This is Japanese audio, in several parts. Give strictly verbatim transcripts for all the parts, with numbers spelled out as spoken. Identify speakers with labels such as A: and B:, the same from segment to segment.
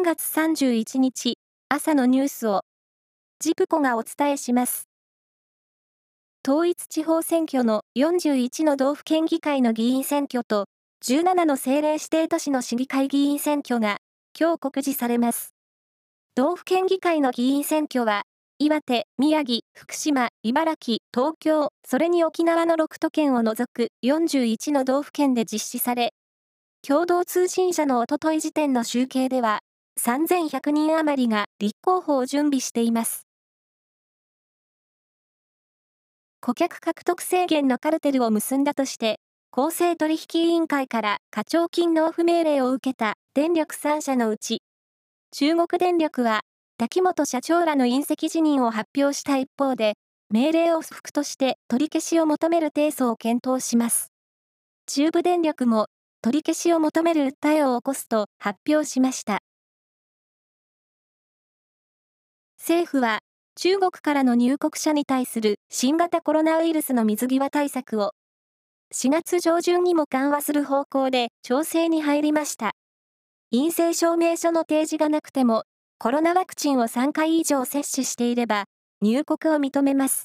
A: がつさんじゅういちにち、朝のニュースを、ジプコがお伝えします。統一地方選挙のよんじゅういちの道府県議会の議員選挙と、じゅうななの政令指定都市の市議会議員選挙が、今日告示されます。道府県議会の議員選挙は、岩手、宮城、福島、茨城、東京、それに沖縄のろく都県を除くよんじゅういちの道府県で実施され、共同通信社のおととい時点の集計では、さんぜんひゃくにん余りが立候補を準備しています。顧客獲得制限のカルテルを結んだとして、公正取引委員会から課徴金納付命令を受けた電力さんしゃのうち、中国電力は滝本社長らの引責辞任を発表した一方で、命令を不服として取り消しを求める提訴を検討します。中部電力も取り消しを求める訴えを起こすと発表しました。政府は、中国からの入国者に対する新型コロナウイルスの水際対策をしがつ上旬にも緩和する方向で調整に入りました。陰性証明書の提示がなくてもコロナワクチンをさんかい以上接種していれば入国を認めます。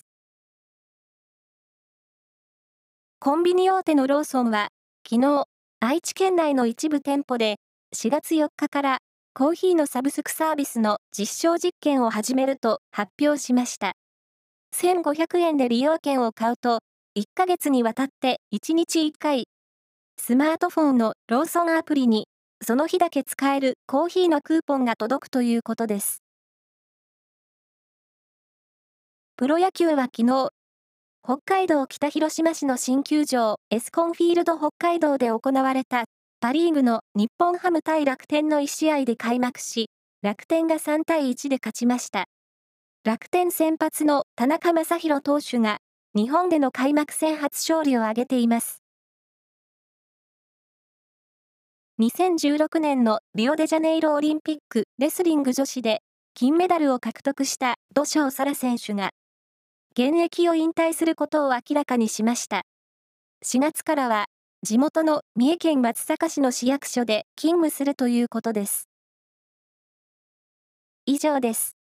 A: コンビニ大手のローソンは昨日、愛知県内の一部店舗でしがつよっかからコーヒーのサブスクサービスの実証実験を始めると発表しました。せんごひゃくえんで利用券を買うと、いっかげつにわたっていちにちいっかい、スマートフォンのローソンアプリに、その日だけ使えるコーヒーのクーポンが届くということです。プロ野球は昨日、北海道北広島市の新球場、エスコンフィールド北海道で行われた、パ・リーグの日本ハム対楽天のいち試合で開幕し、楽天がさんたいいちで勝ちました。楽天先発の田中将大投手が、日本での開幕戦初勝利を挙げています。にせんじゅうろくねんのリオデジャネイロオリンピックレスリング女子で金メダルを獲得した土性沙羅選手が、現役を引退することを明らかにしました。しがつからは、地元の三重県松阪市の市役所で勤務するということです。以上です。